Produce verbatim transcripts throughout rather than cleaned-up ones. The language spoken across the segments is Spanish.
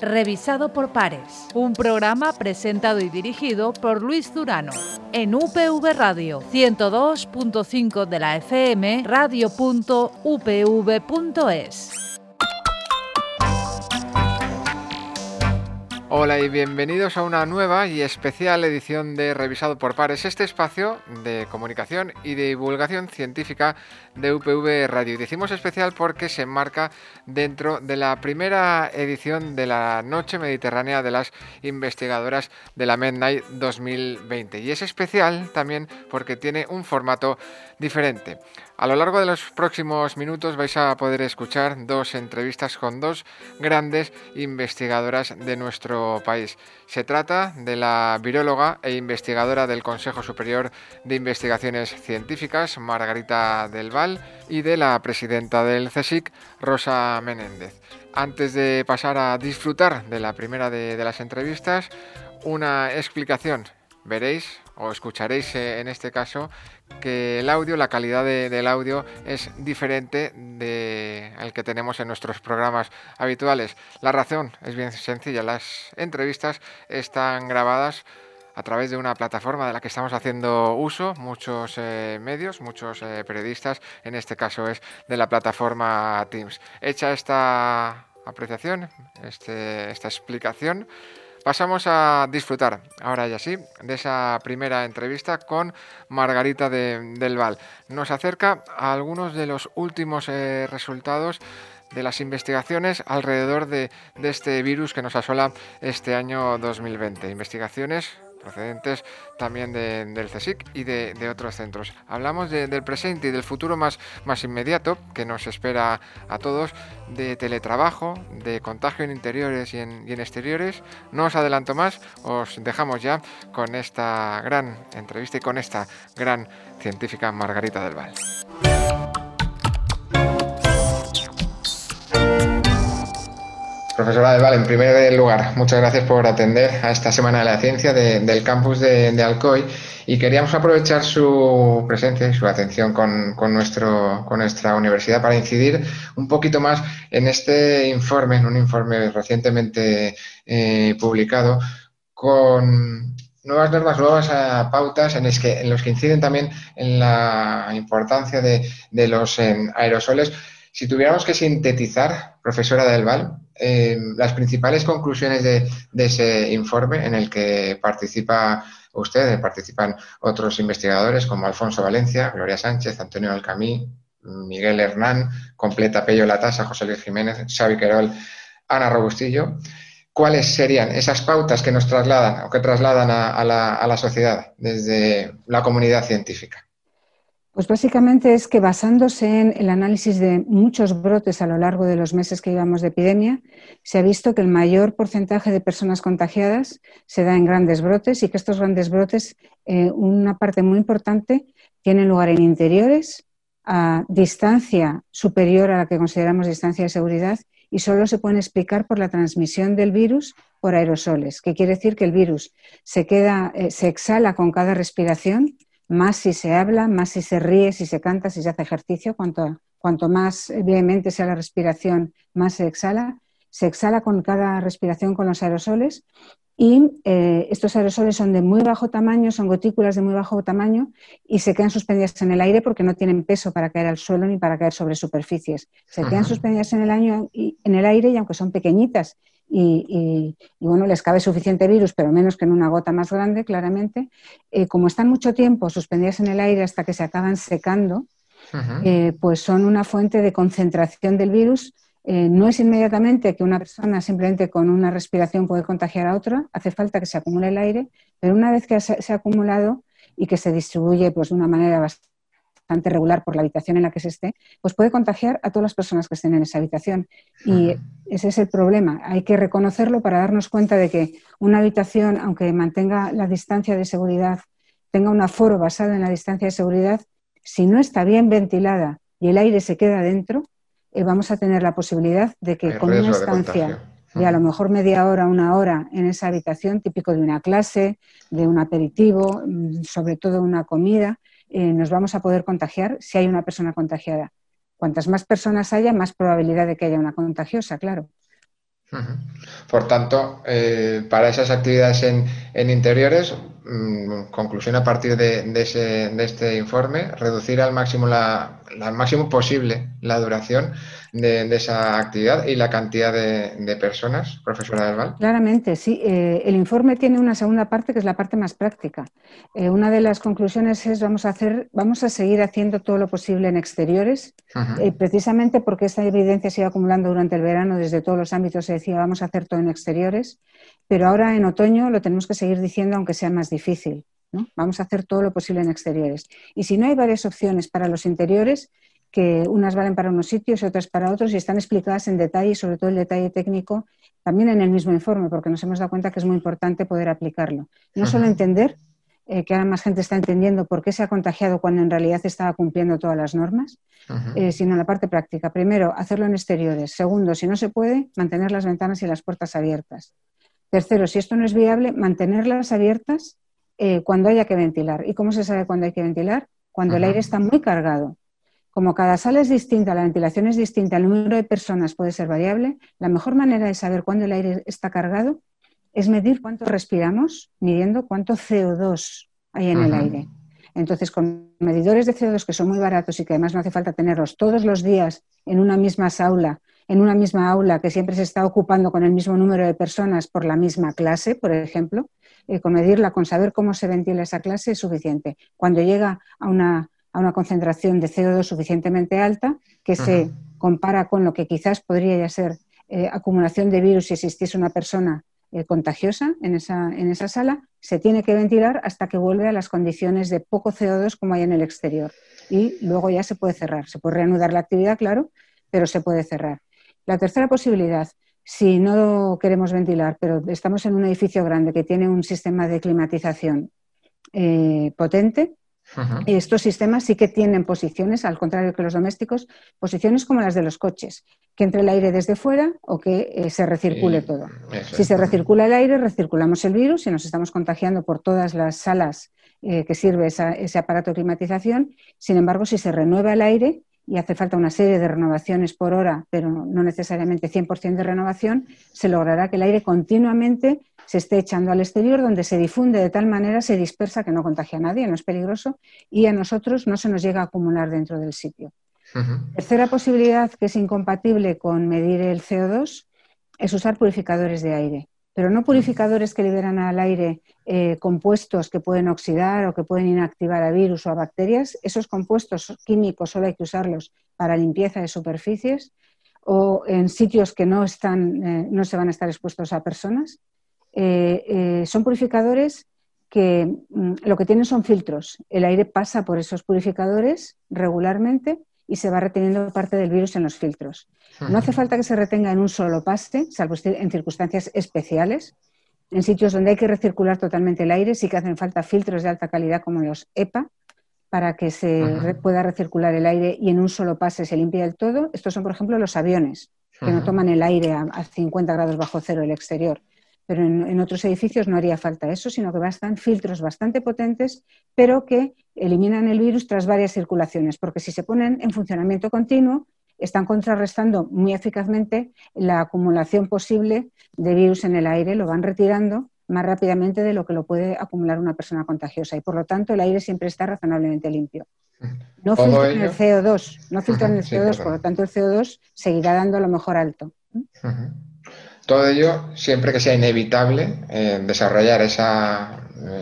Revisado por pares. Un programa presentado y dirigido por Luis Durano. En U P V Radio, ciento dos punto cinco de la F M, radio punto u p v punto es. Hola y bienvenidos a una nueva y especial edición de Revisado por Pares, este espacio de comunicación y de divulgación científica de U P V Radio. Y decimos especial porque se enmarca dentro de la primera edición de la Noche Mediterránea de las Investigadoras de la Mednight dos mil veinte. Y es especial también porque tiene un formato diferente. A lo largo de los próximos minutos vais a poder escuchar dos entrevistas con dos grandes investigadoras de nuestro país. Se trata de la viróloga e investigadora del Consejo Superior de Investigaciones Científicas, Margarita del Val, y de la presidenta del CSIC, Rosa Menéndez. Antes de pasar a disfrutar de la primera de, de las entrevistas, una explicación. Veréis o escucharéis eh, en este caso que el audio, la calidad de, del audio es diferente de el que tenemos en nuestros programas habituales. La razón es bien sencilla, las entrevistas están grabadas a través de una plataforma de la que estamos haciendo uso muchos eh, medios, muchos eh, periodistas, en este caso es de la plataforma Teams. Hecha esta apreciación, este, esta explicación, pasamos a disfrutar, ahora ya sí, de esa primera entrevista con Margarita de, del Val. Nos acerca a algunos de los últimos eh, resultados de las investigaciones alrededor de, de este virus que nos asola este año dos mil veinte. Investigaciones procedentes también de, del CSIC y de, de otros centros. Hablamos de, del presente y del futuro más, más inmediato que nos espera a todos, de teletrabajo, de contagio en interiores y en, y en exteriores. No os adelanto más, os dejamos ya con esta gran entrevista y con esta gran científica Margarita del Val. Profesora del Val, en primer lugar, muchas gracias por atender a esta Semana de la Ciencia de, del campus de, de Alcoy, y queríamos aprovechar su presencia y su atención con, con, nuestro, con nuestra universidad para incidir un poquito más en este informe, en un informe recientemente eh, publicado, con nuevas normas, nuevas uh, pautas en, es que, en los que inciden también en la importancia de, de los eh, aerosoles. Si tuviéramos que sintetizar, profesora del Val, eh, las principales conclusiones de, de ese informe en el que participa usted, participan otros investigadores como Alfonso Valencia, Gloria Sánchez, Antonio Alcamí, Miguel Hernán, completa Pello Latasa, José Luis Jiménez, Xavi Querol, Ana Robustillo, ¿cuáles serían esas pautas que nos trasladan o que trasladan a, a, la, a la sociedad desde la comunidad científica? Pues básicamente es que basándose en el análisis de muchos brotes a lo largo de los meses que llevamos de epidemia, se ha visto que el mayor porcentaje de personas contagiadas se da en grandes brotes y que estos grandes brotes, eh, una parte muy importante, tienen lugar en interiores, a distancia superior a la que consideramos distancia de seguridad, y solo se pueden explicar por la transmisión del virus por aerosoles, que quiere decir que el virus se queda, eh, se exhala con cada respiración, más si se habla, más si se ríe, si se canta, si se hace ejercicio. Cuanto, cuanto más vehemente sea la respiración, más se exhala. Se exhala con cada respiración con los aerosoles y eh, estos aerosoles son de muy bajo tamaño, son gotículas de muy bajo tamaño y se quedan suspendidas en el aire porque no tienen peso para caer al suelo ni para caer sobre superficies. Se quedan suspendidas en el, año, y, en el aire y aunque son pequeñitas, Y, y, y bueno, les cabe suficiente virus, pero menos que en una gota más grande, claramente. Eh, como están mucho tiempo suspendidas en el aire hasta que se acaban secando, uh-huh. eh, pues son una fuente de concentración del virus. Eh, no es inmediatamente que una persona simplemente con una respiración puede contagiar a otra, hace falta que se acumule el aire, pero una vez que se, se ha acumulado y que se distribuye pues, de una manera bastante regular por la habitación en la que se esté, pues puede contagiar a todas las personas que estén en esa habitación. Y ese es el problema. Hay que reconocerlo para darnos cuenta de que una habitación, aunque mantenga la distancia de seguridad, tenga un aforo basado en la distancia de seguridad, si no está bien ventilada y el aire se queda dentro, eh, vamos a tener la posibilidad de que con una estancia de, de a lo mejor media hora, una hora en esa habitación, típico de una clase, de un aperitivo, sobre todo una comida, Eh, nos vamos a poder contagiar si hay una persona contagiada. Cuantas más personas haya, más probabilidad de que haya una contagiosa, claro. Uh-huh. Por tanto, eh, para esas actividades en, en interiores, mmm, conclusión a partir de, de, ese, de este informe, reducir al máximo, la, la, al máximo posible la duración de, de esa actividad y la cantidad de, de personas, profesora Del Val. Claramente, sí. Eh, el informe tiene una segunda parte que es la parte más práctica. Eh, una de las conclusiones es vamos a hacer, vamos a seguir haciendo todo lo posible en exteriores, uh-huh. eh, precisamente porque esta evidencia se iba acumulando durante el verano, desde todos los ámbitos se decía vamos a hacer todo en exteriores, pero ahora en otoño lo tenemos que seguir diciendo aunque sea más difícil, ¿no? Vamos a hacer todo lo posible en exteriores. Y si no hay varias opciones para los interiores, que unas valen para unos sitios y otras para otros y están explicadas en detalle, sobre todo el detalle técnico, también en el mismo informe, porque nos hemos dado cuenta que es muy importante poder aplicarlo. No solo entender, eh, que ahora más gente está entendiendo por qué se ha contagiado cuando en realidad estaba cumpliendo todas las normas, uh-huh. eh, sino la parte práctica. Primero, hacerlo en exteriores. Segundo, si no se puede, mantener las ventanas y las puertas abiertas. Tercero, si esto no es viable, mantenerlas abiertas eh, cuando haya que ventilar. ¿Y cómo se sabe cuándo hay que ventilar? Cuando uh-huh. el aire está muy cargado. Como cada sala es distinta, la ventilación es distinta, el número de personas puede ser variable, la mejor manera de saber cuándo el aire está cargado es medir cuánto respiramos, midiendo cuánto C O dos hay en uh-huh. el aire. Entonces, con medidores de C O dos que son muy baratos y que además no hace falta tenerlos todos los días en una misma aula, en una misma aula que siempre se está ocupando con el mismo número de personas por la misma clase, por ejemplo, eh, con medirla, con saber cómo se ventila esa clase es suficiente. Cuando llega a una a una concentración de C O dos suficientemente alta, que uh-huh. se compara con lo que quizás podría ya ser eh, acumulación de virus si existiese una persona eh, contagiosa en esa, en esa sala, se tiene que ventilar hasta que vuelve a las condiciones de poco C O dos como hay en el exterior. Y luego ya se puede cerrar. Se puede reanudar la actividad, claro, pero se puede cerrar. La tercera posibilidad, si no queremos ventilar, pero estamos en un edificio grande que tiene un sistema de climatización eh, potente, Uh-huh. estos sistemas sí que tienen posiciones, al contrario que los domésticos, posiciones como las de los coches, que entre el aire desde fuera o que eh, se recircule sí, todo. Si se recircula el aire, recirculamos el virus y nos estamos contagiando por todas las salas eh, que sirve esa, ese aparato de climatización. Sin embargo, si se renueva el aire y hace falta una serie de renovaciones por hora, pero no necesariamente cien por ciento de renovación, se logrará que el aire continuamente se esté echando al exterior, donde se difunde de tal manera, se dispersa que no contagia a nadie, no es peligroso, y a nosotros no se nos llega a acumular dentro del sitio. Uh-huh. Tercera posibilidad, que es incompatible con medir el C O dos, es usar purificadores de aire, pero no purificadores que liberan al aire eh, compuestos que pueden oxidar o que pueden inactivar a virus o a bacterias. Esos compuestos químicos solo hay que usarlos para limpieza de superficies o en sitios que no, están, eh, no se van a estar expuestos a personas. Eh, eh, son purificadores que mm, lo que tienen son filtros. El aire pasa por esos purificadores regularmente y se va reteniendo parte del virus en los filtros. No hace falta que se retenga en un solo pase, salvo en circunstancias especiales. En sitios donde hay que recircular totalmente el aire, sí que hacen falta filtros de alta calidad como los E P A para que se uh-huh. pueda recircular el aire y en un solo pase se limpie del todo. Estos son, por ejemplo, los aviones, que uh-huh. no toman el aire a, a cincuenta grados bajo cero del exterior. Pero en, en otros edificios no haría falta eso, sino que bastan filtros bastante potentes, pero que eliminan el virus tras varias circulaciones, porque si se ponen en funcionamiento continuo, están contrarrestando muy eficazmente la acumulación posible de virus en el aire, lo van retirando más rápidamente de lo que lo puede acumular una persona contagiosa y por lo tanto el aire siempre está razonablemente limpio. No filtran ello... el C O dos, no filtran uh-huh, el C O dos, sí, por lo tanto el C O dos seguirá dando a lo mejor alto. Uh-huh. Todo ello siempre que sea inevitable eh, desarrollar esa,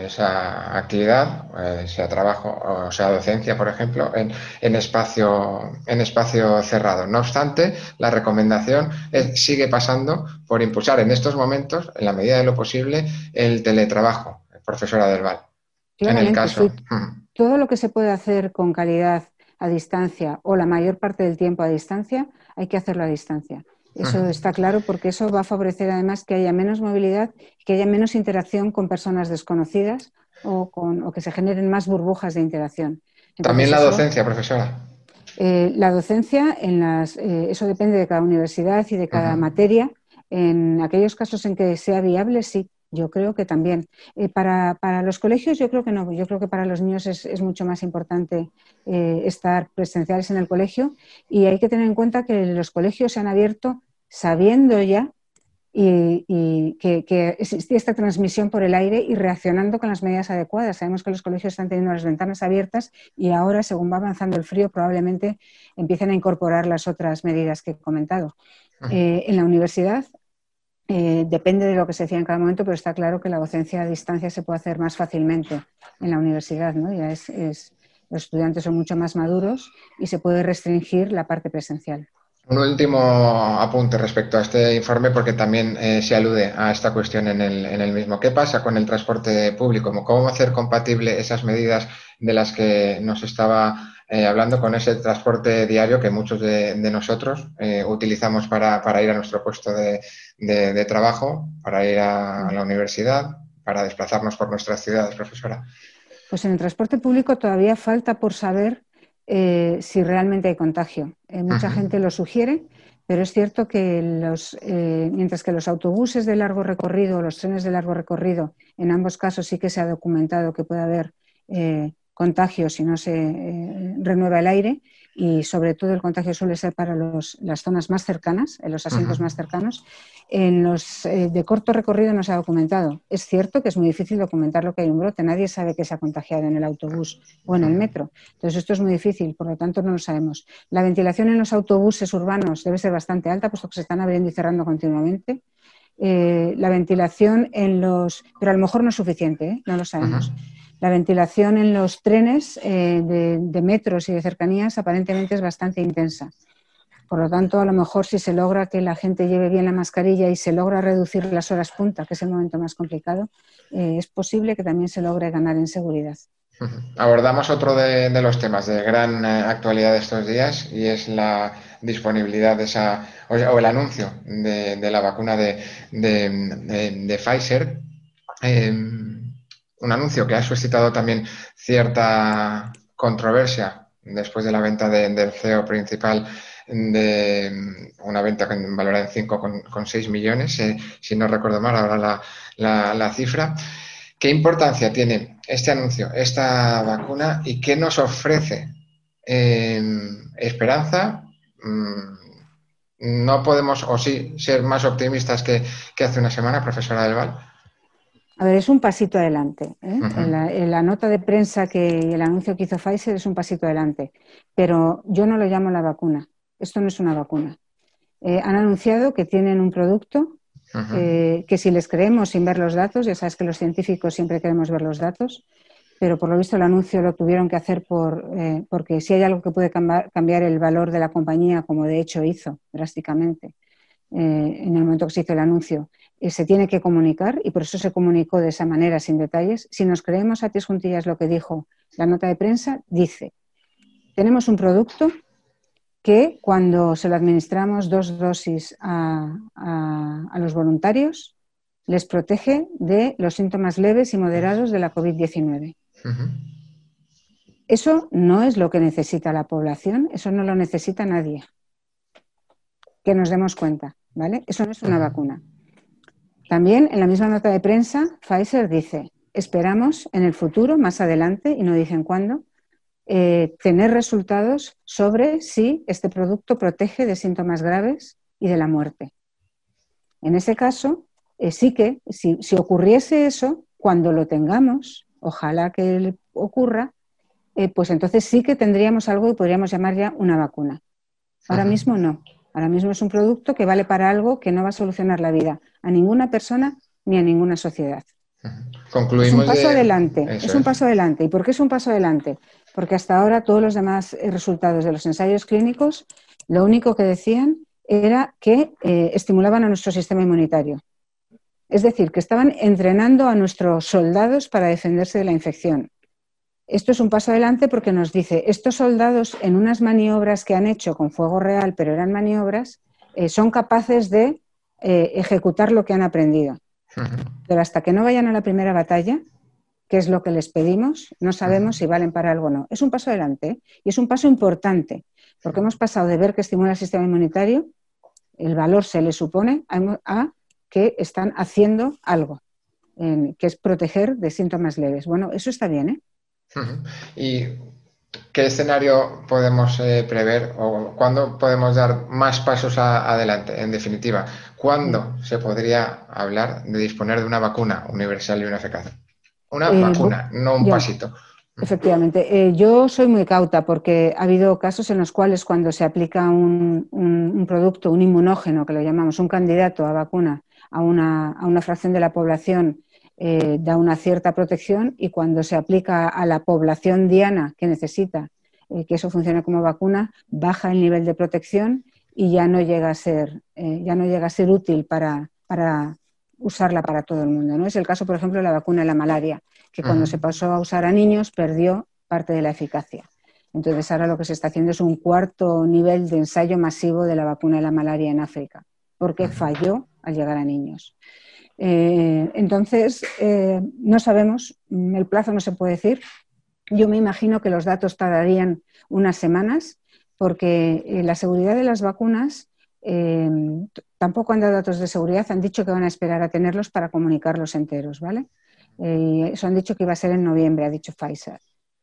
esa actividad, eh, sea trabajo o sea docencia, por ejemplo, en, en, espacio, en espacio cerrado. No obstante, la recomendación es, sigue pasando por impulsar en estos momentos, en la medida de lo posible, el teletrabajo, profesora Del Val. En el caso. Sí. Hmm. Todo lo que se puede hacer con calidad a distancia o la mayor parte del tiempo a distancia, hay que hacerlo a distancia. Eso está claro porque eso va a favorecer además que haya menos movilidad, que haya menos interacción con personas desconocidas o, con, o que se generen más burbujas de interacción. Entonces, también la eso, docencia, profesora. Eh, la docencia, en las, eh, eso depende de cada universidad y de cada uh-huh. materia. En aquellos casos en que sea viable, sí. Yo creo que también. Eh, para, para los colegios yo creo que no. Yo creo que para los niños es, es mucho más importante eh, estar presenciales en el colegio y hay que tener en cuenta que los colegios se han abierto sabiendo ya y, y que, que existía esta transmisión por el aire y reaccionando con las medidas adecuadas. Sabemos que los colegios están teniendo las ventanas abiertas y ahora, según va avanzando el frío, probablemente empiecen a incorporar las otras medidas que he comentado. Eh, en la universidad eh, depende de lo que se decía en cada momento, pero está claro que la docencia a distancia se puede hacer más fácilmente en la universidad, ¿no? Ya es, es, los estudiantes son mucho más maduros y se puede restringir la parte presencial. Un último apunte respecto a este informe, porque también eh, se alude a esta cuestión en el, en el mismo. ¿Qué pasa con el transporte público? ¿Cómo hacer compatible esas medidas de las que nos estaba eh, hablando con ese transporte diario que muchos de, de nosotros eh, utilizamos para, para ir a nuestro puesto de, de, de trabajo, para ir a, a la universidad, para desplazarnos por nuestras ciudades, profesora? Pues en el transporte público todavía falta por saber Eh, si realmente hay contagio. Eh, mucha uh-huh. gente lo sugiere, pero es cierto que los, eh, mientras que los autobuses de largo recorrido, los trenes de largo recorrido, en ambos casos sí que se ha documentado que puede haber eh, contagio si no se eh, renueva el aire, y sobre todo el contagio suele ser para los, las zonas más cercanas, en los asientos uh-huh. más cercanos. En los eh, de corto recorrido no se ha documentado. Es cierto que es muy difícil documentar lo que hay un brote. Nadie sabe que se ha contagiado en el autobús o en el metro. Entonces esto es muy difícil, por lo tanto no lo sabemos. La ventilación en los autobuses urbanos debe ser bastante alta, puesto que se están abriendo y cerrando continuamente. Eh, la ventilación en los... Pero a lo mejor no es suficiente, ¿eh? No lo sabemos. Uh-huh. La ventilación en los trenes eh, de, de metros y de cercanías aparentemente es bastante intensa. Por lo tanto, a lo mejor si se logra que la gente lleve bien la mascarilla y se logra reducir las horas punta, que es el momento más complicado, eh, es posible que también se logre ganar en seguridad. Abordamos otro de, de los temas de gran eh, actualidad de estos días, y es la disponibilidad de esa, o, o el anuncio de, de la vacuna de, de, de, de Pfizer. Eh, un anuncio que ha suscitado también cierta controversia después de la venta de, del C E O principal, de una venta valorada en cinco coma seis millones, eh, si no recuerdo mal ahora la, la, la cifra. ¿Qué importancia tiene este anuncio, esta vacuna, y qué nos ofrece? Eh, ¿Esperanza? ¿No podemos, o sí, ser más optimistas que, que hace una semana, profesora Del Val? A ver, es un pasito adelante, ¿eh? Uh-huh. en, la, en la nota de prensa que el anuncio que hizo Pfizer es un pasito adelante, pero yo no lo llamo la vacuna. Esto no es una vacuna. Eh, han anunciado que tienen un producto uh-huh. eh, que si les creemos sin ver los datos, ya sabes que los científicos siempre queremos ver los datos, pero por lo visto el anuncio lo tuvieron que hacer por, eh, porque si hay algo que puede cambiar, cambiar el valor de la compañía, como de hecho hizo drásticamente eh, en el momento que se hizo el anuncio, eh, se tiene que comunicar, y por eso se comunicó de esa manera, sin detalles. Si nos creemos a pies juntillas lo que dijo la nota de prensa, dice: tenemos un producto que cuando se lo administramos dos dosis a, a, a los voluntarios les protege de los síntomas leves y moderados de la covid diecinueve. Uh-huh. Eso no es lo que necesita la población, eso no lo necesita nadie. Que nos demos cuenta, ¿vale? Eso no es una uh-huh. vacuna. También en la misma nota de prensa, Pfizer dice: esperamos en el futuro, más adelante, y no dicen cuándo, Eh, tener resultados sobre si este producto protege de síntomas graves y de la muerte. En ese caso, eh, sí que, si, si ocurriese eso, cuando lo tengamos, ojalá que ocurra, eh, pues entonces sí que tendríamos algo que podríamos llamar ya una vacuna. Ahora Ajá. mismo no. Ahora mismo es un producto que vale para algo que no va a solucionar la vida a ninguna persona ni a ninguna sociedad. Concluimos es un paso de... adelante, Eso es un es. paso adelante. ¿Y por qué es un paso adelante? Porque hasta ahora todos los demás resultados de los ensayos clínicos, lo único que decían era que eh, estimulaban a nuestro sistema inmunitario. Es decir, que estaban entrenando a nuestros soldados para defenderse de la infección. Esto es un paso adelante porque nos dice, estos soldados en unas maniobras que han hecho con fuego real, pero eran maniobras, eh, son capaces de eh, ejecutar lo que han aprendido. Pero hasta que no vayan a la primera batalla, que es lo que les pedimos, no sabemos si valen para algo o no. Es un paso adelante, ¿eh? Y es un paso importante, porque hemos pasado de ver que estimula el sistema inmunitario, el valor se le supone, a, a que están haciendo algo, eh, que es proteger de síntomas leves. Bueno, eso está bien, ¿eh? Y ¿Qué escenario podemos eh, prever o cuándo podemos dar más pasos a, adelante? En definitiva, ¿cuándo se podría hablar de disponer de una vacuna universal y una eficaz? Una Eh, vacuna, no un ya, pasito. efectivamente. Eh, yo soy muy cauta porque ha habido casos en los cuales cuando se aplica un, un, un producto, un inmunógeno, que lo llamamos, un candidato a vacuna a una, a una fracción de la población, eh, da una cierta protección, y cuando se aplica a la población diana que necesita eh, que eso funcione como vacuna, baja el nivel de protección y ya no llega a ser, eh, ya no llega a ser útil para, para usarla para todo el mundo, ¿no? Es el caso, por ejemplo, de la vacuna de la malaria, que cuando Uh-huh. se pasó a usar a niños perdió parte de la eficacia. Entonces ahora lo que se está haciendo es un cuarto nivel de ensayo masivo de la vacuna de la malaria en África, porque Uh-huh. falló al llegar a niños. Eh, entonces, eh, no sabemos, el plazo no se puede decir. Yo me imagino que los datos tardarían unas semanas, porque eh, la seguridad de las vacunas, eh, tampoco han dado datos de seguridad, han dicho que van a esperar a tenerlos para comunicarlos enteros, ¿vale? Eh, eso han dicho que iba a ser en noviembre, ha dicho Pfizer.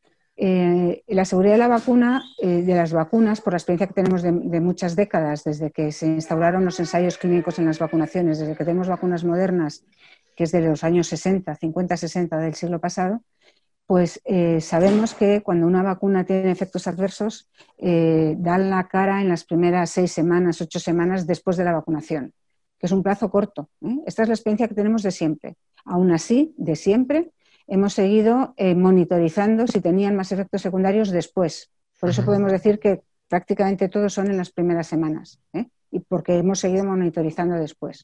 Eh, la seguridad de la vacuna, eh, de las vacunas, por la experiencia que tenemos de, de muchas décadas, desde que se instauraron los ensayos clínicos en las vacunaciones, desde que tenemos vacunas modernas, que es de los años sesenta, cincuenta, sesenta del siglo pasado, pues eh, sabemos que cuando una vacuna tiene efectos adversos, eh, dan la cara en las primeras seis semanas, ocho semanas después de la vacunación, que es un plazo corto, ¿eh? Esta es la experiencia que tenemos de siempre. Aún así, de siempre, hemos seguido eh, monitorizando si tenían más efectos secundarios después. Por eso podemos decir que prácticamente todos son en las primeras semanas, ¿eh? Y porque hemos seguido monitorizando después.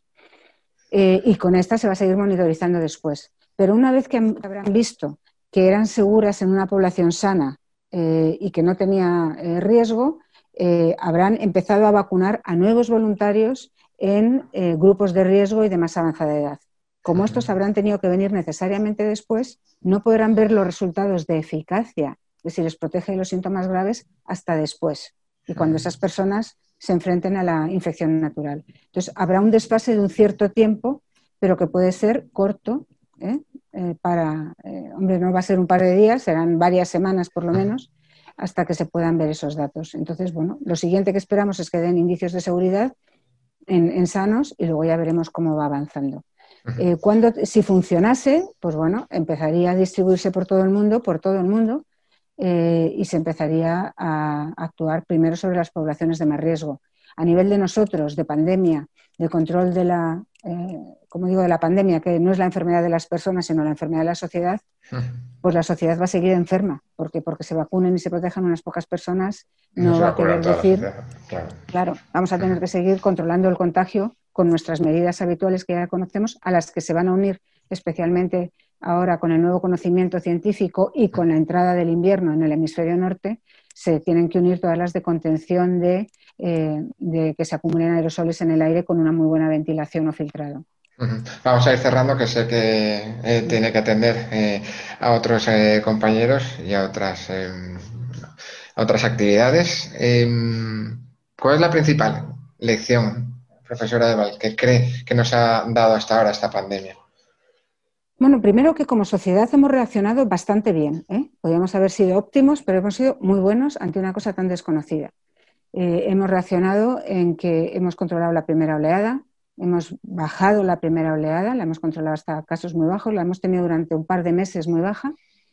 Eh, y con esta se va a seguir monitorizando después. Pero una vez que habrán visto que eran seguras en una población sana eh, y que no tenía eh, riesgo, eh, habrán empezado a vacunar a nuevos voluntarios en eh, grupos de riesgo y de más avanzada edad. Como estos habrán tenido que venir necesariamente después, no podrán ver los resultados de eficacia de si les protege de los síntomas graves hasta después, y cuando esas personas se enfrenten a la infección natural. Entonces, habrá un desfase de un cierto tiempo, pero que puede ser corto, ¿eh? Eh, para, eh, hombre, no va a ser un par de días, serán varias semanas por lo menos, hasta que se puedan ver esos datos. Entonces, bueno, lo siguiente que esperamos es que den indicios de seguridad en, en sanos, y luego ya veremos cómo va avanzando. Eh, cuando, si funcionase, pues bueno, empezaría a distribuirse por todo el mundo, por todo el mundo, eh, y se empezaría a actuar primero sobre las poblaciones de más riesgo. A nivel de nosotros, de pandemia, de control de la, eh, como digo, de la pandemia, que no es la enfermedad de las personas, sino la enfermedad de la sociedad, pues la sociedad va a seguir enferma, porque porque se vacunen y se protejan unas pocas personas no, no se va va a a curar querer toda la decir, sociedad, claro. claro, vamos a tener que seguir controlando el contagio con nuestras medidas habituales que ya conocemos, a las que se van a unir especialmente ahora con el nuevo conocimiento científico y con la entrada del invierno en el hemisferio norte. Se tienen que unir todas las de contención de, eh, de que se acumulen aerosoles en el aire con una muy buena ventilación o filtrado. Uh-huh. Vamos a ir cerrando, que sé que eh, tiene que atender eh, a otros eh, compañeros y a otras, eh, a otras actividades. Eh, ¿Cuál es la principal lección, profesora Deval, que cree que nos ha dado hasta ahora esta pandemia? Bueno, primero que como sociedad hemos reaccionado bastante bien, ¿eh? Podríamos haber sido óptimos, pero hemos sido muy buenos ante una cosa tan desconocida. Eh, hemos reaccionado en que hemos controlado la primera oleada, hemos bajado la primera oleada, la hemos controlado hasta casos muy bajos, la hemos tenido durante un par de meses muy baja,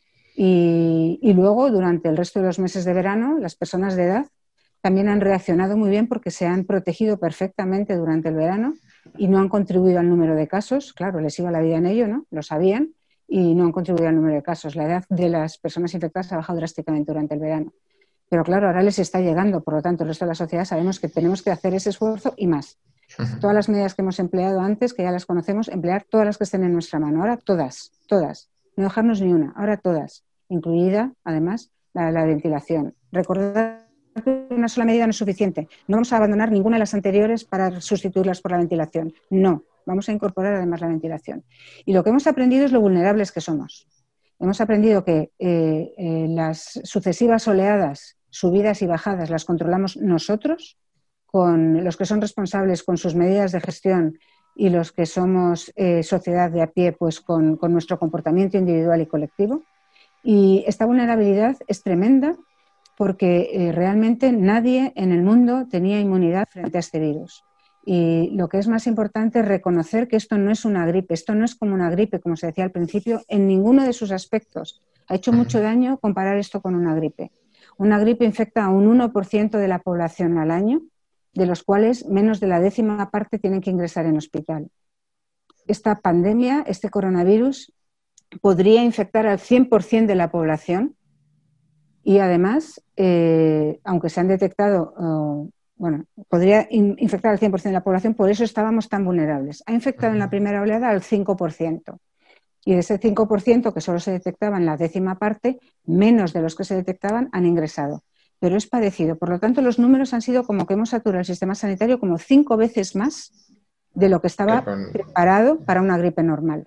y, y luego durante el resto de los meses de verano las personas de edad también han reaccionado muy bien, porque se han protegido perfectamente durante el verano y no han contribuido al número de casos. Claro, les iba la vida en ello, ¿no? Lo sabían, y no han contribuido al número de casos. La edad de las personas infectadas ha bajado drásticamente durante el verano. Pero claro, ahora les está llegando, por lo tanto, el resto de la sociedad sabemos que tenemos que hacer ese esfuerzo y más. Todas las medidas que hemos empleado antes, que ya las conocemos, emplear todas las que estén en nuestra mano. Ahora todas, todas. No dejarnos ni una, ahora todas. Incluida, además, la, la ventilación. Recordad que una sola medida no es suficiente. No vamos a abandonar ninguna de las anteriores para sustituirlas por la ventilación. No, vamos a incorporar además la ventilación. Y lo que hemos aprendido es lo vulnerables que somos. Hemos aprendido que eh, eh, las sucesivas oleadas, subidas y bajadas, las controlamos nosotros, con los que son responsables con sus medidas de gestión, y los que somos eh, sociedad de a pie, pues con, con nuestro comportamiento individual y colectivo. Y esta vulnerabilidad es tremenda, porque eh, realmente nadie en el mundo tenía inmunidad frente a este virus. Y lo que es más importante es reconocer que esto no es una gripe, esto no es como una gripe, como se decía al principio, en ninguno de sus aspectos. Ha hecho mucho daño comparar esto con una gripe. Una gripe infecta a un uno por ciento de la población al año, de los cuales menos de la décima parte tienen que ingresar en hospital. Esta pandemia, este coronavirus, podría infectar al cien por ciento de la población y además, eh, aunque se han detectado... Uh, Bueno, podría in- infectar al cien por ciento de la población, por eso estábamos tan vulnerables. Ha infectado en la primera oleada al cinco por ciento. Y de ese cinco por ciento que solo se detectaba en la décima parte, menos de los que se detectaban han ingresado. Pero es padecido. Por lo tanto, los números han sido como que hemos saturado el sistema sanitario como cinco veces más de lo que estaba preparado para una gripe normal.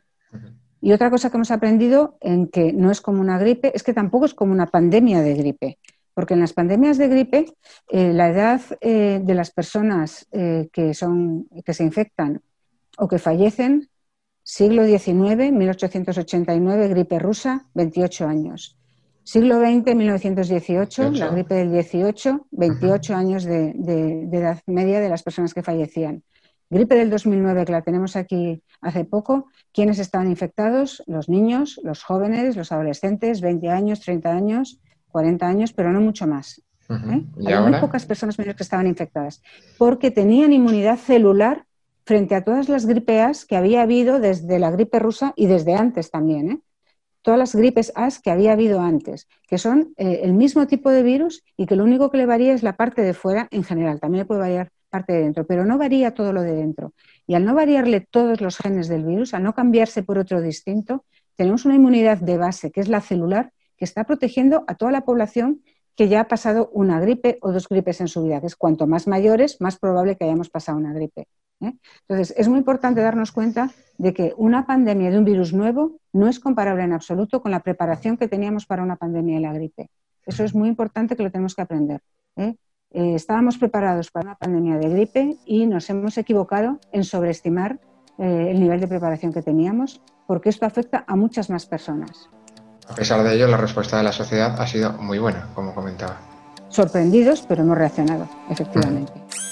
Y otra cosa que hemos aprendido en que no es como una gripe, es que tampoco es como una pandemia de gripe. Porque en las pandemias de gripe, eh, la edad eh, de las personas eh, que, son, que se infectan o que fallecen, siglo diecinueve, mil ochocientos ochenta y nueve, gripe rusa, veintiocho años. Siglo veinte, mil novecientos dieciocho, veintiocho. La gripe del dieciocho, veintiocho uh-huh. años de, de, de edad media de las personas que fallecían. Gripe del dos mil nueve, que la tenemos aquí hace poco, ¿quiénes estaban infectados? Los niños, los jóvenes, los adolescentes, veinte años, treinta años... cuarenta años, pero no mucho más. Uh-huh. ¿eh? ¿Y Había ahora? muy pocas personas menores que estaban infectadas, porque tenían inmunidad celular frente a todas las gripes que había habido desde la gripe rusa y desde antes también. ¿eh? Todas las gripes A que había habido antes, que son eh, el mismo tipo de virus y que lo único que le varía es la parte de fuera en general. También le puede variar parte de dentro, pero no varía todo lo de dentro. Y al no variarle todos los genes del virus, al no cambiarse por otro distinto, tenemos una inmunidad de base, que es la celular, que está protegiendo a toda la población que ya ha pasado una gripe o dos gripes en su vida, que es cuanto más mayores, más probable que hayamos pasado una gripe. ¿eh? Entonces, es muy importante darnos cuenta de que una pandemia de un virus nuevo no es comparable en absoluto con la preparación que teníamos para una pandemia de la gripe. Eso es muy importante que lo tenemos que aprender. ¿eh? Eh, estábamos preparados para una pandemia de gripe y nos hemos equivocado en sobreestimar eh, el nivel de preparación que teníamos, porque esto afecta a muchas más personas. A pesar de ello, la respuesta de la sociedad ha sido muy buena, como comentaba. Sorprendidos, pero hemos reaccionado, efectivamente.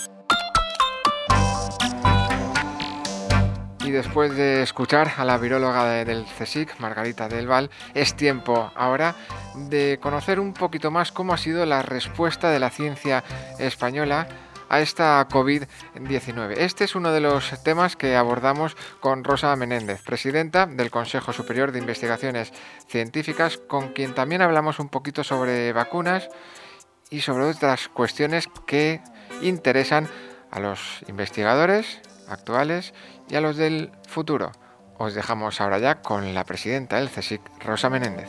Y después de escuchar a la viróloga de, del CSIC, Margarita del Val, es tiempo ahora de conocer un poquito más cómo ha sido la respuesta de la ciencia española a esta covid diecinueve. Este es uno de los temas que abordamos con Rosa Menéndez, presidenta del Consejo Superior de Investigaciones Científicas, con quien también hablamos un poquito sobre vacunas y sobre otras cuestiones que interesan a los investigadores actuales y a los del futuro. Os dejamos ahora ya con la presidenta del CSIC, Rosa Menéndez.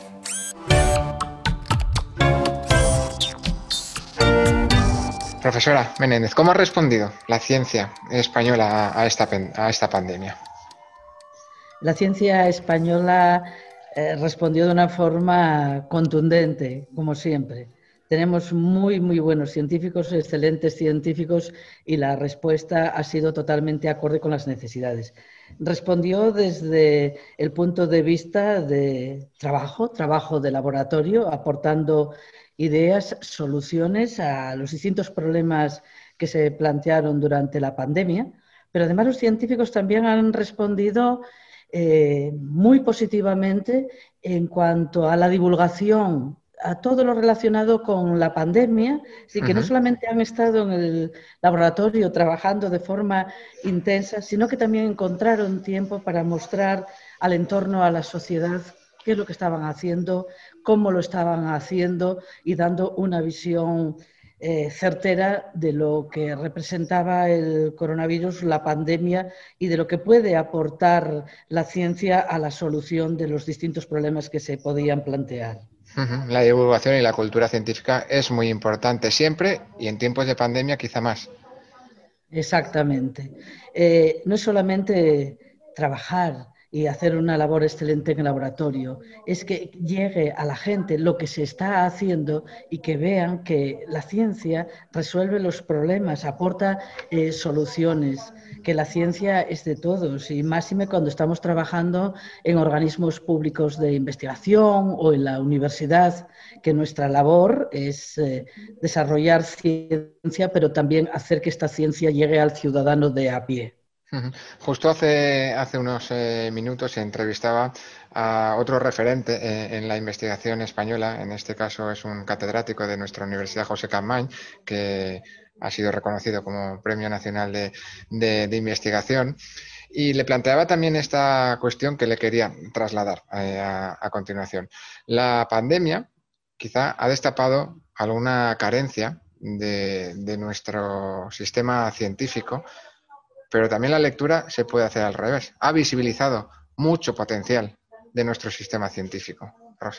Profesora Menéndez, ¿cómo ha respondido la ciencia española a esta, a esta pandemia? La ciencia española eh, respondió de una forma contundente, como siempre. Tenemos muy, muy buenos científicos, excelentes científicos, y la respuesta ha sido totalmente acorde con las necesidades. Respondió desde el punto de vista de trabajo, trabajo de laboratorio, aportando ideas, soluciones a los distintos problemas que se plantearon durante la pandemia, pero además los científicos también han respondido eh, muy positivamente en cuanto a la divulgación, a todo lo relacionado con la pandemia, así que uh-huh. no solamente han estado en el laboratorio trabajando de forma intensa, sino que también encontraron tiempo para mostrar al entorno, a la sociedad, qué es lo que estaban haciendo, cómo lo estaban haciendo y dando una visión eh, certera de lo que representaba el coronavirus, la pandemia, y de lo que puede aportar la ciencia a la solución de los distintos problemas que se podían plantear. Uh-huh. La divulgación y la cultura científica es muy importante siempre, y en tiempos de pandemia quizá más. Exactamente. Eh, no es solamente trabajar y hacer una labor excelente en el laboratorio, es que llegue a la gente lo que se está haciendo y que vean que la ciencia resuelve los problemas, aporta eh, soluciones, que la ciencia es de todos y máxime cuando estamos trabajando en organismos públicos de investigación o en la universidad, que nuestra labor es eh, desarrollar ciencia, pero también hacer que esta ciencia llegue al ciudadano de a pie. Justo hace, hace unos eh, minutos se entrevistaba a otro referente eh, en la investigación española, en este caso es un catedrático de nuestra Universidad José Campmany, que ha sido reconocido como Premio Nacional de, de, de Investigación, y le planteaba también esta cuestión que le quería trasladar eh, a, a continuación. La pandemia quizá ha destapado alguna carencia de, de nuestro sistema científico, pero también la lectura se puede hacer al revés. Ha visibilizado mucho potencial de nuestro sistema científico. Rosa.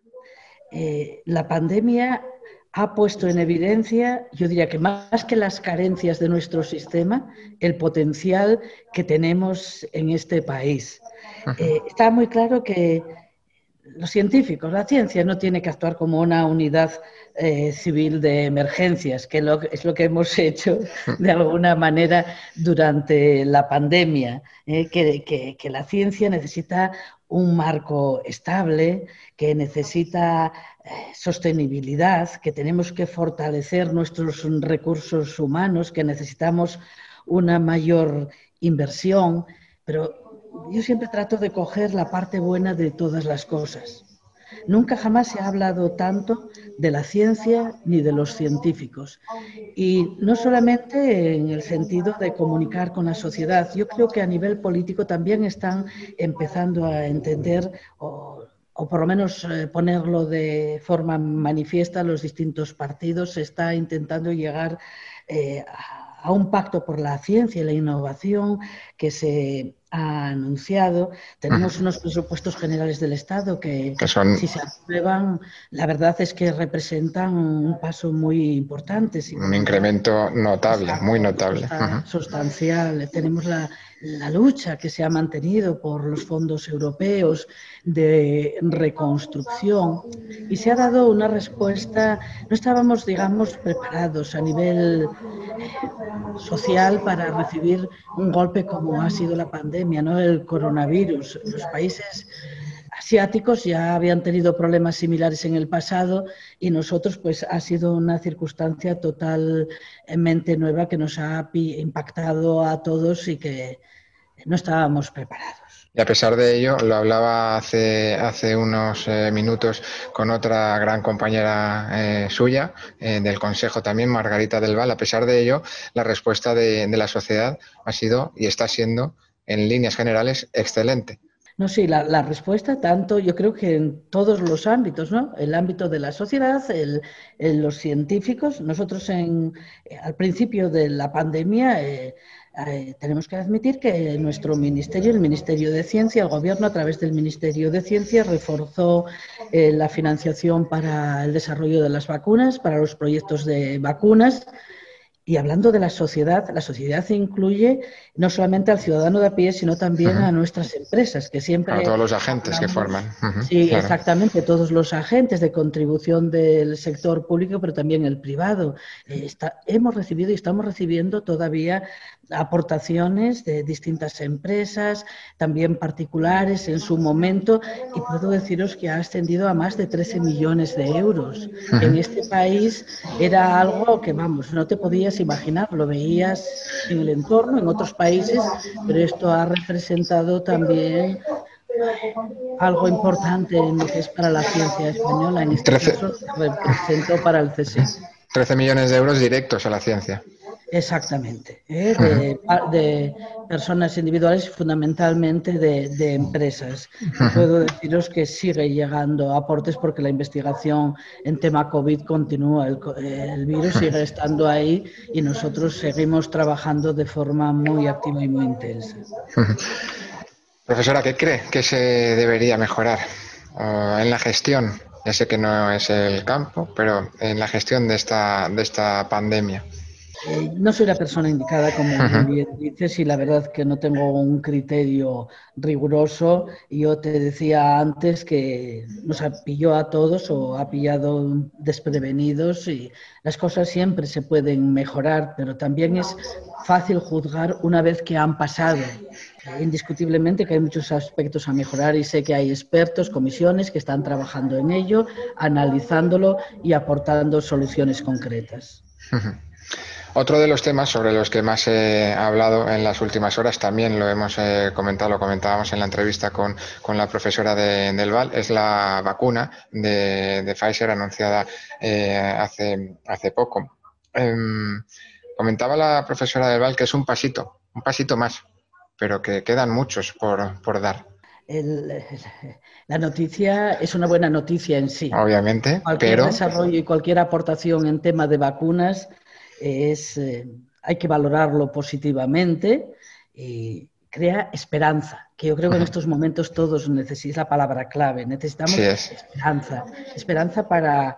Eh, la pandemia ha puesto en evidencia, yo diría que más que las carencias de nuestro sistema, el potencial que tenemos en este país. Eh, está muy claro que los científicos, la ciencia no tiene que actuar como una unidad eh, civil de emergencias, que lo, es lo que hemos hecho de alguna manera durante la pandemia, eh, que, que, que la ciencia necesita un marco estable, que necesita eh, sostenibilidad, que tenemos que fortalecer nuestros recursos humanos, que necesitamos una mayor inversión, pero yo siempre trato de coger la parte buena de todas las cosas. Nunca jamás se ha hablado tanto de la ciencia ni de los científicos. Y no solamente en el sentido de comunicar con la sociedad. Yo creo que a nivel político también están empezando a entender, o, o por lo menos eh, ponerlo de forma manifiesta, los distintos partidos. Se está intentando llegar eh, a, a un pacto por la ciencia y la innovación que se ha anunciado. Tenemos unos presupuestos generales del Estado que, que son... si se aprueban, la verdad es que representan un paso muy importante. Si un incremento notable, muy notable. Sustancial. Tenemos la, la lucha que se ha mantenido por los fondos europeos de reconstrucción y se ha dado una respuesta. No estábamos, digamos, preparados a nivel social para recibir un golpe como ha sido la pandemia, ¿no? El coronavirus. Los países asiáticos ya habían tenido problemas similares en el pasado y nosotros, pues, ha sido una circunstancia totalmente nueva que nos ha impactado a todos y que no estábamos preparados. Y a pesar de ello, lo hablaba hace, hace unos eh, minutos con otra gran compañera eh, suya, eh, del Consejo también, Margarita del Val, a pesar de ello, la respuesta de, de la sociedad ha sido y está siendo, en líneas generales, excelente. No, sí, la, la respuesta tanto, yo creo que en todos los ámbitos, ¿no? El ámbito de la sociedad, el, el, los científicos. Nosotros en, al principio de la pandemia eh, eh, tenemos que admitir que nuestro ministerio, el Ministerio de Ciencia, el Gobierno a través del Ministerio de Ciencia reforzó eh, la financiación para el desarrollo de las vacunas, para los proyectos de vacunas. Y hablando de la sociedad, la sociedad incluye no solamente al ciudadano de a pie, sino también uh-huh. a nuestras empresas, que siempre... A todos los agentes hablamos, que forman. Uh-huh, sí, claro. Exactamente, todos los agentes de contribución del sector público, pero también el privado. Eh, está, hemos recibido y estamos recibiendo todavía aportaciones de distintas empresas, también particulares en su momento, y puedo deciros que ha ascendido a más de trece millones de euros. Uh-huh. En este país era algo que, vamos, no te podías imaginar, lo veías en el entorno, en otros países, pero esto ha representado también algo importante en lo que es para la ciencia española. En este trece caso, representó para el C S I C. trece millones de euros directos a la ciencia. Exactamente, ¿eh? de, de personas individuales, fundamentalmente de, de empresas. Puedo deciros que sigue llegando aportes porque la investigación en tema COVID continúa, el, el virus sigue estando ahí y nosotros seguimos trabajando de forma muy activa y muy intensa. Profesora, ¿qué cree que se debería mejorar uh, en la gestión? Ya sé que no es el campo, pero en la gestión de esta, de esta pandemia. Eh, no soy la persona indicada, como muy bien dices, y la verdad que no tengo un criterio riguroso. Yo te decía antes que nos pilló a todos o ha pillado desprevenidos y las cosas siempre se pueden mejorar, pero también es fácil juzgar una vez que han pasado. Indiscutiblemente que hay muchos aspectos a mejorar y sé que hay expertos, comisiones que están trabajando en ello, analizándolo y aportando soluciones concretas. Otro de los temas sobre los que más he hablado en las últimas horas, también lo hemos eh, comentado, lo comentábamos en la entrevista con, con la profesora de, del Val, es la vacuna de, de Pfizer anunciada eh, hace, hace poco. Eh, comentaba la profesora del Val que es un pasito, un pasito más, pero que quedan muchos por, por dar. El, el, la noticia es una buena noticia en sí. Obviamente, cualquier pero... desarrollo y cualquier aportación en tema de vacunas es, eh, hay que valorarlo positivamente y crea esperanza, que yo creo que en estos momentos todos necesitamos, la palabra clave, necesitamos sí es. esperanza, esperanza para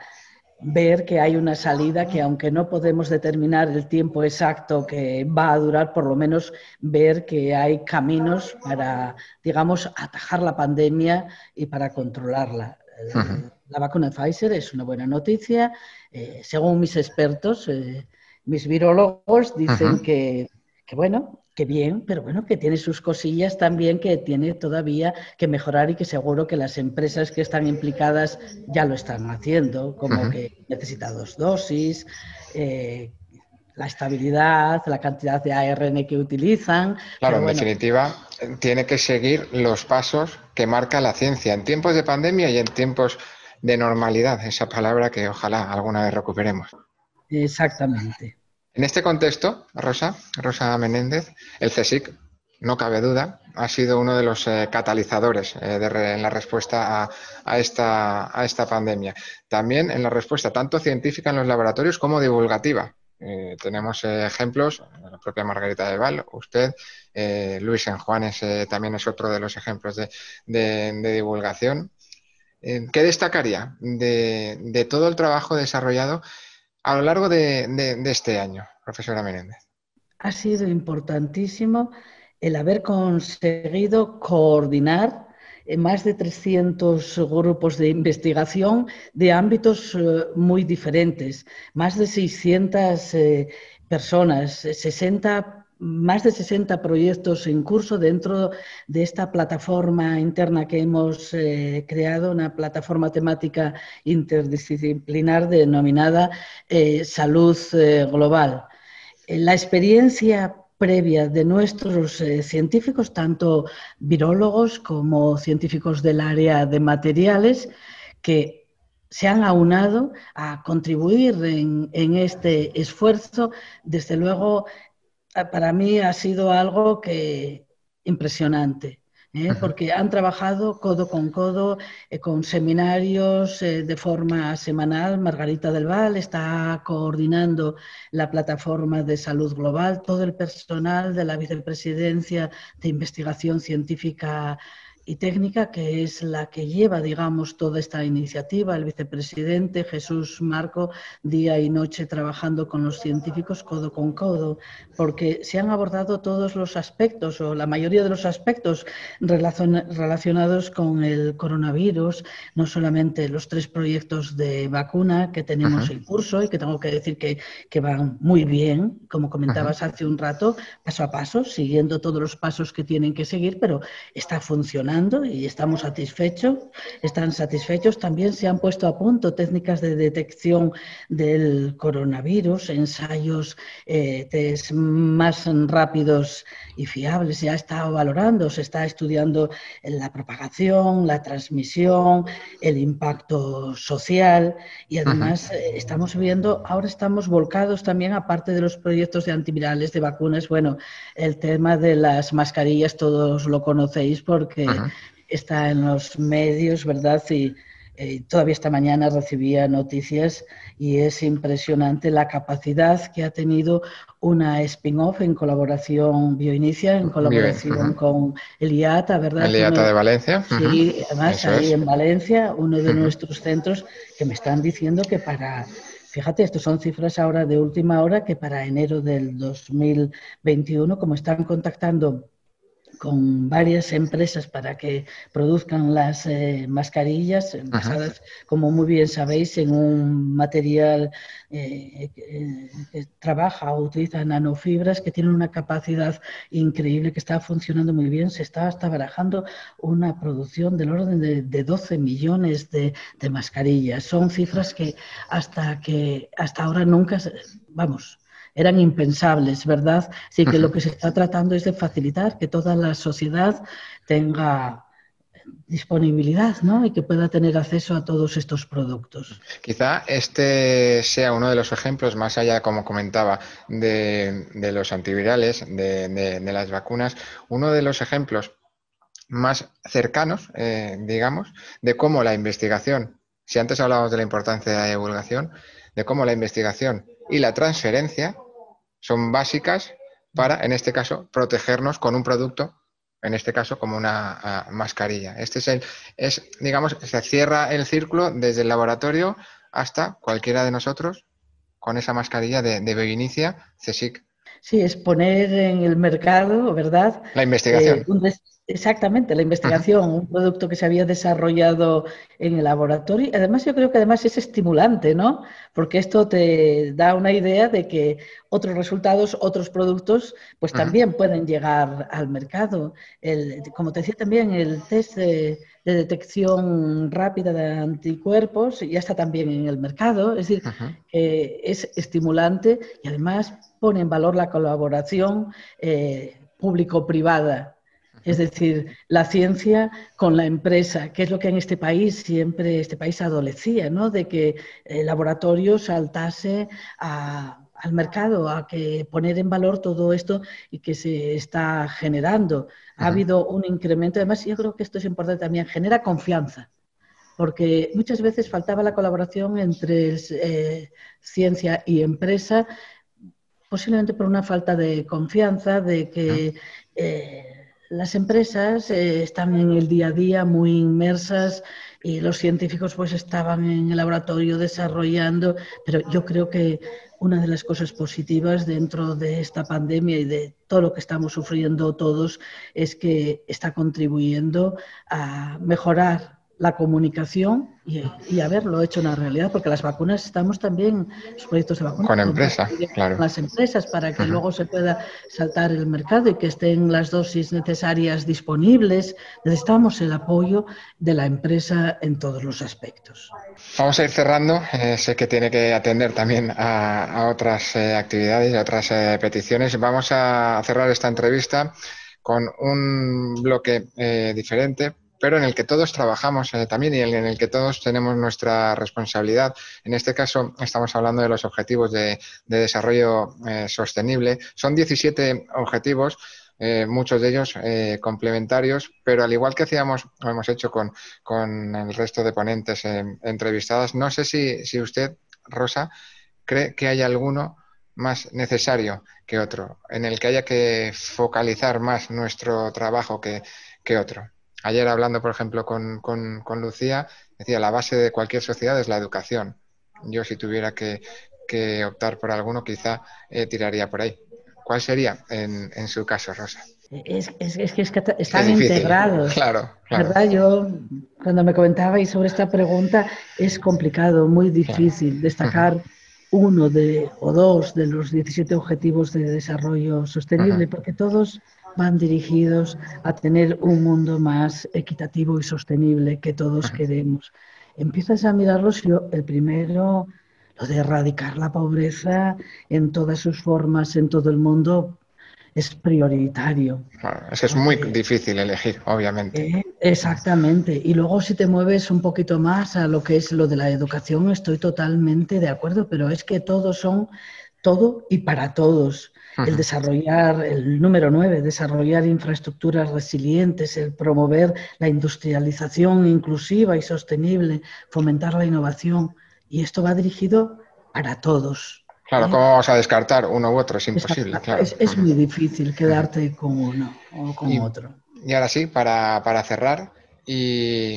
ver que hay una salida que aunque no podemos determinar el tiempo exacto que va a durar, por lo menos ver que hay caminos para, digamos, atajar la pandemia y para controlarla. Uh-huh. La vacuna de Pfizer es una buena noticia. Eh, según mis expertos, eh, mis virólogos dicen uh-huh. que, que, bueno, que bien, pero bueno, que tiene sus cosillas también, que tiene todavía que mejorar y que seguro que las empresas que están implicadas ya lo están haciendo, como uh-huh. que necesita dos dosis, eh, la estabilidad, la cantidad de A R N que utilizan. Claro, en bueno, definitiva, tiene que seguir los pasos que marca la ciencia en tiempos de pandemia y en tiempos de normalidad, esa palabra que ojalá alguna vez recuperemos. Exactamente. En este contexto, Rosa, Rosa Menéndez, el CSIC, no cabe duda, ha sido uno de los eh, catalizadores eh, de re, en la respuesta a, a, esta, a esta pandemia. También en la respuesta tanto científica en los laboratorios como divulgativa. Eh, tenemos eh, ejemplos, la propia Margarita del Val, usted, eh, Luis Enjuanes eh, también es otro de los ejemplos de, de, de divulgación. Eh, ¿Qué destacaría de, de todo el trabajo desarrollado a lo largo de, de, de este año, profesora Menéndez? Ha sido importantísimo el haber conseguido coordinar más de trescientos grupos de investigación de ámbitos eh, muy diferentes, más de seiscientas eh, personas, sesenta, más de sesenta proyectos en curso dentro de esta plataforma interna que hemos eh, creado, una plataforma temática interdisciplinar denominada eh, Salud eh, Global. La experiencia previa de nuestros eh, científicos, tanto virólogos como científicos del área de materiales, que se han aunado a contribuir en, en este esfuerzo, desde luego, para mí ha sido algo que impresionante. ¿Eh? Porque han trabajado codo con codo, eh, con seminarios eh, de forma semanal. Margarita del Val está coordinando la plataforma de salud global, todo el personal de la Vicepresidencia de Investigación Científica y Técnica, que es la que lleva, digamos, toda esta iniciativa, el vicepresidente Jesús Marco, día y noche trabajando con los científicos codo con codo, porque se han abordado todos los aspectos, o la mayoría de los aspectos relacionados con el coronavirus, no solamente los tres proyectos de vacuna que tenemos uh-huh. en curso y que tengo que decir que, que van muy bien, como comentabas uh-huh. hace un rato, paso a paso, siguiendo todos los pasos que tienen que seguir, pero está funcionando y estamos satisfechos, están satisfechos. También se han puesto a punto técnicas de detección del coronavirus, ensayos eh, test más rápidos y fiables. Ya está valorando, se está estudiando la propagación, la transmisión, el impacto social y además uh-huh. eh, estamos viendo, ahora estamos volcados también, aparte de los proyectos de antivirales, de vacunas, bueno, el tema de las mascarillas todos lo conocéis porque uh-huh. está en los medios, ¿verdad? Y eh, todavía esta mañana recibía noticias y es impresionante la capacidad que ha tenido una spin-off en colaboración Bioinicia, en colaboración Bien, uh-huh. con el I A T A, ¿verdad? El I A T A de Valencia. Sí, uh-huh. además Eso ahí es. en Valencia, uno de uh-huh. nuestros centros, que me están diciendo que para Fíjate, estos son cifras ahora de última hora que para enero del dos mil veintiuno, como están contactando con varias empresas para que produzcan las eh, mascarillas basadas, uh-huh. como muy bien sabéis, en un material eh, que, que trabaja o utiliza nanofibras que tienen una capacidad increíble, que está funcionando muy bien. Se está hasta barajando una producción del orden de, de doce millones de, de mascarillas. Son cifras que hasta, que hasta ahora nunca, vamos... eran impensables, ¿verdad? Así que lo que se está tratando es de facilitar que toda la sociedad tenga disponibilidad, ¿no? Y que pueda tener acceso a todos estos productos. Quizá este sea uno de los ejemplos, más allá, como comentaba, de, de los antivirales, de, de, de las vacunas, uno de los ejemplos más cercanos, eh, digamos, de cómo la investigación, si antes hablábamos de la importancia de la divulgación, de cómo la investigación y la transferencia son básicas para, en este caso, protegernos con un producto, en este caso, como una uh, mascarilla. Este es el, es, digamos, se cierra el círculo desde el laboratorio hasta cualquiera de nosotros con esa mascarilla de, de Bioinicia CSIC. Sí, es poner en el mercado, ¿verdad? La investigación. Eh, un des- Exactamente, la investigación, uh-huh. un producto que se había desarrollado en el laboratorio. Además, yo creo que además es estimulante, ¿no? Porque esto te da una idea de que otros resultados, otros productos, pues uh-huh. también pueden llegar al mercado. El, como te decía también, el test de, de detección rápida de anticuerpos ya está también en el mercado. Es decir, uh-huh. que es estimulante y además pone en valor la colaboración eh, público-privada. Es decir, la ciencia con la empresa, que es lo que en este país siempre, este país adolecía, ¿no? De que el laboratorio saltase a, al mercado, a que poner en valor todo esto y que se está generando. Ha uh-huh. habido un incremento, además yo creo que esto es importante también, genera confianza. Porque muchas veces faltaba la colaboración entre eh, ciencia y empresa, posiblemente por una falta de confianza, de que... Eh, las empresas eh, están en el día a día muy inmersas y los científicos pues estaban en el laboratorio desarrollando, pero yo creo que una de las cosas positivas dentro de esta pandemia y de todo lo que estamos sufriendo todos es que está contribuyendo a mejorar la comunicación y, y haberlo hecho una realidad, porque las vacunas estamos también, los proyectos de vacunas con empresas, claro. Con las empresas para que uh-huh. luego se pueda saltar el mercado y que estén las dosis necesarias disponibles. Necesitamos el apoyo de la empresa en todos los aspectos. Vamos a ir cerrando. Eh, sé que tiene que atender también a, a otras eh, actividades, a otras eh, peticiones. Vamos a cerrar esta entrevista con un bloque eh, diferente, pero en el que todos trabajamos eh, también y en el que todos tenemos nuestra responsabilidad. En este caso estamos hablando de los objetivos de, de desarrollo eh, sostenible. Son diecisiete objetivos, eh, muchos de ellos eh, complementarios, pero al igual que hacíamos, lo hemos hecho con, con el resto de ponentes eh, entrevistadas, no sé si, si usted, Rosa, cree que hay alguno más necesario que otro, en el que haya que focalizar más nuestro trabajo que, que otro. Ayer hablando, por ejemplo, con, con, con Lucía, decía, la base de cualquier sociedad es la educación. Yo, si tuviera que, que optar por alguno, quizá eh, tiraría por ahí. ¿Cuál sería en, en su caso, Rosa? Es, es, es que es que están integrados. Claro, claro. ¿Verdad? Yo, cuando me comentabais sobre esta pregunta, es complicado, muy difícil claro. destacar uh-huh. uno de o dos de los diecisiete objetivos de desarrollo sostenible, uh-huh. porque todos van dirigidos a tener un mundo más equitativo y sostenible que todos uh-huh. queremos. Empiezas a mirarlos, yo, el primero, lo de erradicar la pobreza en todas sus formas, en todo el mundo, es prioritario. Claro, es que es muy eh, difícil elegir, obviamente. Eh, exactamente. Y luego si te mueves un poquito más a lo que es lo de la educación, estoy totalmente de acuerdo, pero es que todos son todo y para todos. El desarrollar, el número nueve, desarrollar infraestructuras resilientes, el promover la industrialización inclusiva y sostenible, fomentar la innovación. Y esto va dirigido para todos. Claro, ¿eh? ¿cómo vamos a descartar uno u otro? Es imposible, claro. Es, es muy difícil quedarte con uno o con y, otro. Y ahora sí, para, para cerrar y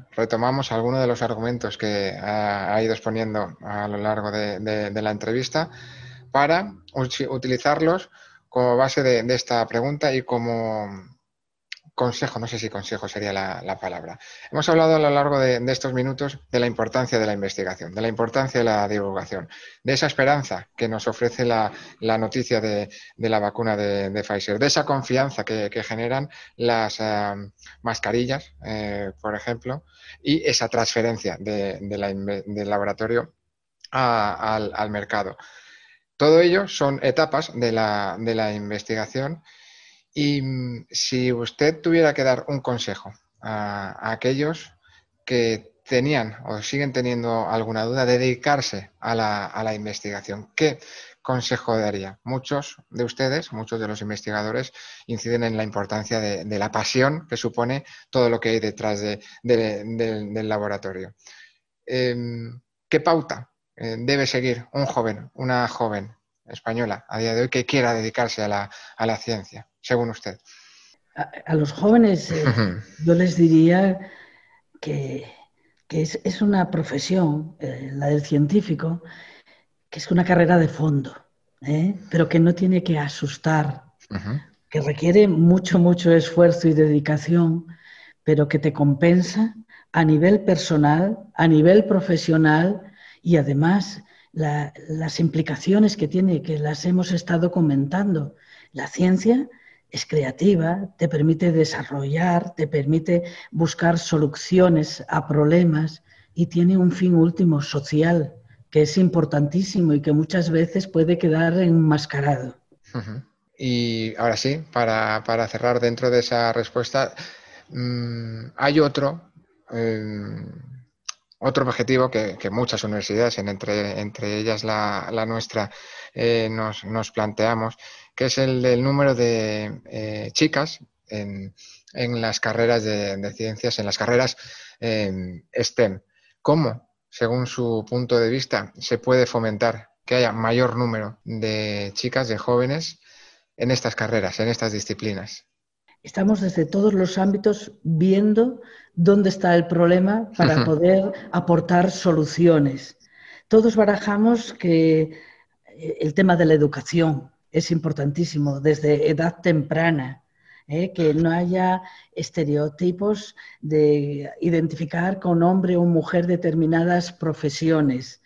retomamos algunos de los argumentos que ha, ha ido exponiendo a lo largo de, de, de la entrevista para utilizarlos como base de, de esta pregunta y como consejo, no sé si consejo sería la, la palabra. Hemos hablado a lo largo de, de estos minutos de la importancia de la investigación, de la importancia de la divulgación, de esa esperanza que nos ofrece la, la noticia de, de la vacuna de, de Pfizer, de esa confianza que, que generan las uh, mascarillas, eh, por ejemplo, y esa transferencia de, de la, del laboratorio a, al, al mercado. Todo ello son etapas de la, de la investigación. Y si usted tuviera que dar un consejo a, a aquellos que tenían o siguen teniendo alguna duda de dedicarse a la, a la investigación, ¿qué consejo daría? Muchos de ustedes, muchos de los investigadores inciden en la importancia de, de la pasión que supone todo lo que hay detrás de, de, de, del laboratorio. Eh, ¿Qué pauta eh, debe seguir un joven, una joven española a día de hoy que quiera dedicarse a la, a la ciencia, según usted? A, a los jóvenes eh, yo les diría que, que es, es una profesión, eh, la del científico, que es una carrera de fondo, ¿eh? Pero que no tiene que asustar, uh-huh. que requiere mucho, mucho esfuerzo y dedicación, pero que te compensa a nivel personal, a nivel profesional y además La, las implicaciones que tiene, que las hemos estado comentando. La ciencia es creativa, te permite desarrollar, te permite buscar soluciones a problemas y tiene un fin último social, que es importantísimo y que muchas veces puede quedar enmascarado. Uh-huh. Y ahora sí, para, para cerrar dentro de esa respuesta, mmm, hay otro... Eh, Otro objetivo que, que muchas universidades, entre, entre ellas la, la nuestra, eh, nos, nos planteamos, que es el del número de eh, chicas en, en las carreras de, de ciencias, en las carreras eh, STEM. ¿Cómo, según su punto de vista, se puede fomentar que haya mayor número de chicas, de jóvenes, en estas carreras, en estas disciplinas? Estamos desde todos los ámbitos viendo dónde está el problema para poder aportar soluciones. Todos barajamos que el tema de la educación es importantísimo desde edad temprana, ¿eh? Que no haya estereotipos de identificar con hombre o mujer determinadas profesiones.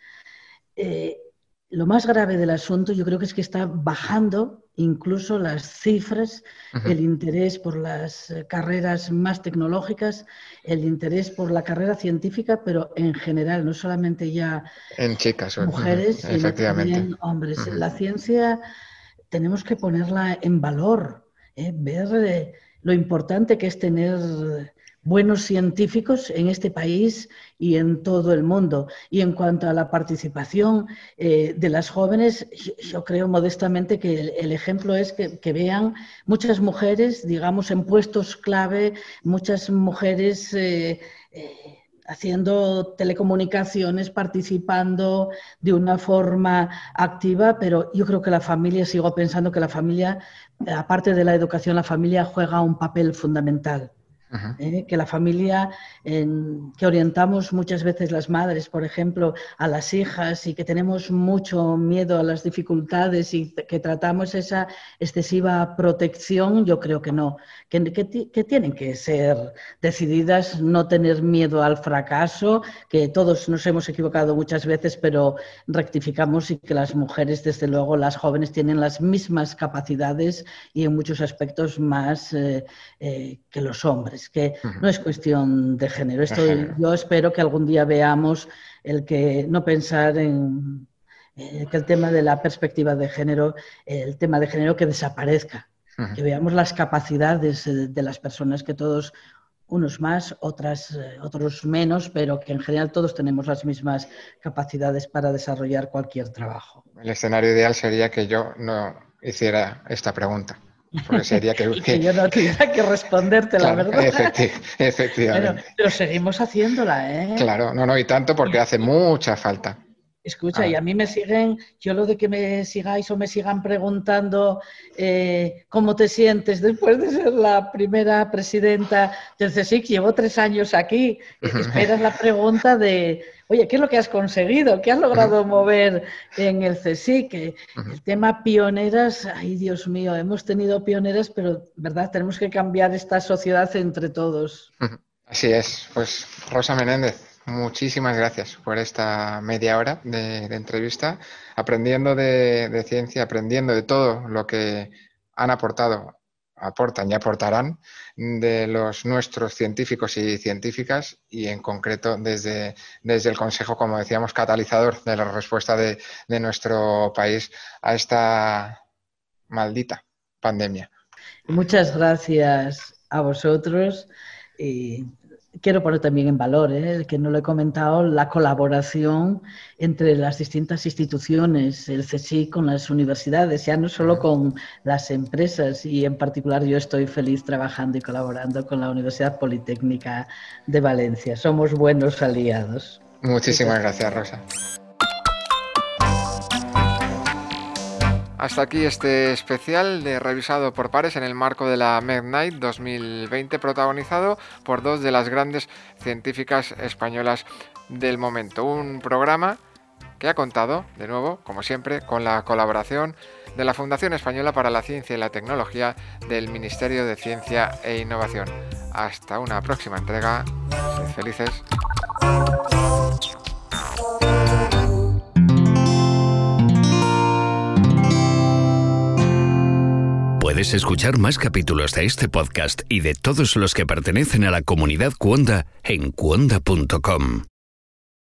Eh, lo más grave del asunto yo creo que es que está bajando incluso las cifras, uh-huh. el interés por las carreras más tecnológicas, el interés por la carrera científica, pero en general, no solamente ya en chicas, mujeres, uh-huh. sino también hombres. Uh-huh. La ciencia tenemos que ponerla en valor, ¿eh? ver eh, lo importante que es tener buenos científicos en este país y en todo el mundo. Y en cuanto a la participación eh, de las jóvenes, yo, yo creo modestamente que el, el ejemplo es que, que vean muchas mujeres, digamos, en puestos clave, muchas mujeres eh, eh, haciendo telecomunicaciones, participando de una forma activa, pero yo creo que la familia, sigo pensando que la familia, aparte de la educación, la familia juega un papel fundamental. Eh, que la familia, en, que orientamos muchas veces las madres, por ejemplo, a las hijas y que tenemos mucho miedo a las dificultades y que tratamos esa excesiva protección, yo creo que no, que, que, que tienen que ser decididas, no tener miedo al fracaso, que todos nos hemos equivocado muchas veces, pero rectificamos y que las mujeres, desde luego, las jóvenes tienen las mismas capacidades y en muchos aspectos más eh, eh, que los hombres. Que no es cuestión de género. Esto, yo espero que algún día veamos el que no pensar en eh, que el tema de la perspectiva de género, el tema de género que desaparezca, uh-huh. que veamos las capacidades de, de las personas, que todos, unos más, otras, eh, otros menos, pero que en general todos tenemos las mismas capacidades para desarrollar cualquier trabajo. El escenario ideal sería que yo no hiciera esta pregunta. Porque sería que, y que yo no tuviera que responderte, claro, la verdad. Efecti efectivamente. Pero, pero seguimos haciéndola, ¿eh? Claro, no, no, y tanto porque hace mucha falta. Escucha, Ah. y a mí me siguen, yo lo de que me sigáis o me sigan preguntando eh, cómo te sientes después de ser la primera presidenta del CSIC, llevo tres años aquí, eh, esperas la pregunta de, oye, ¿qué es lo que has conseguido? ¿Qué has logrado mover en el CSIC? El tema pioneras, ay Dios mío, hemos tenido pioneras, pero verdad, tenemos que cambiar esta sociedad entre todos. Así es, pues Rosa Menéndez, muchísimas gracias por esta media hora de, de entrevista, aprendiendo de, de ciencia, aprendiendo de todo lo que han aportado, aportan y aportarán de los nuestros científicos y científicas y en concreto desde, desde el Consejo, como decíamos, catalizador de la respuesta de, de nuestro país a esta maldita pandemia. Muchas gracias a vosotros. Y quiero poner también en valor, ¿eh? que no lo he comentado, la colaboración entre las distintas instituciones, el CSIC con las universidades, ya no solo con las empresas, y en particular yo estoy feliz trabajando y colaborando con la Universidad Politécnica de Valencia. Somos buenos aliados. Muchísimas gracias, Rosa. Hasta aquí este especial de Revisado por Pares en el marco de la Mednight dos mil veinte, protagonizado por dos de las grandes científicas españolas del momento. Un programa que ha contado, de nuevo, como siempre, con la colaboración de la Fundación Española para la Ciencia y la Tecnología del Ministerio de Ciencia e Innovación. Hasta una próxima entrega. Sed felices. Puedes escuchar más capítulos de este podcast y de todos los que pertenecen a la comunidad Cuonda en cuonda punto com.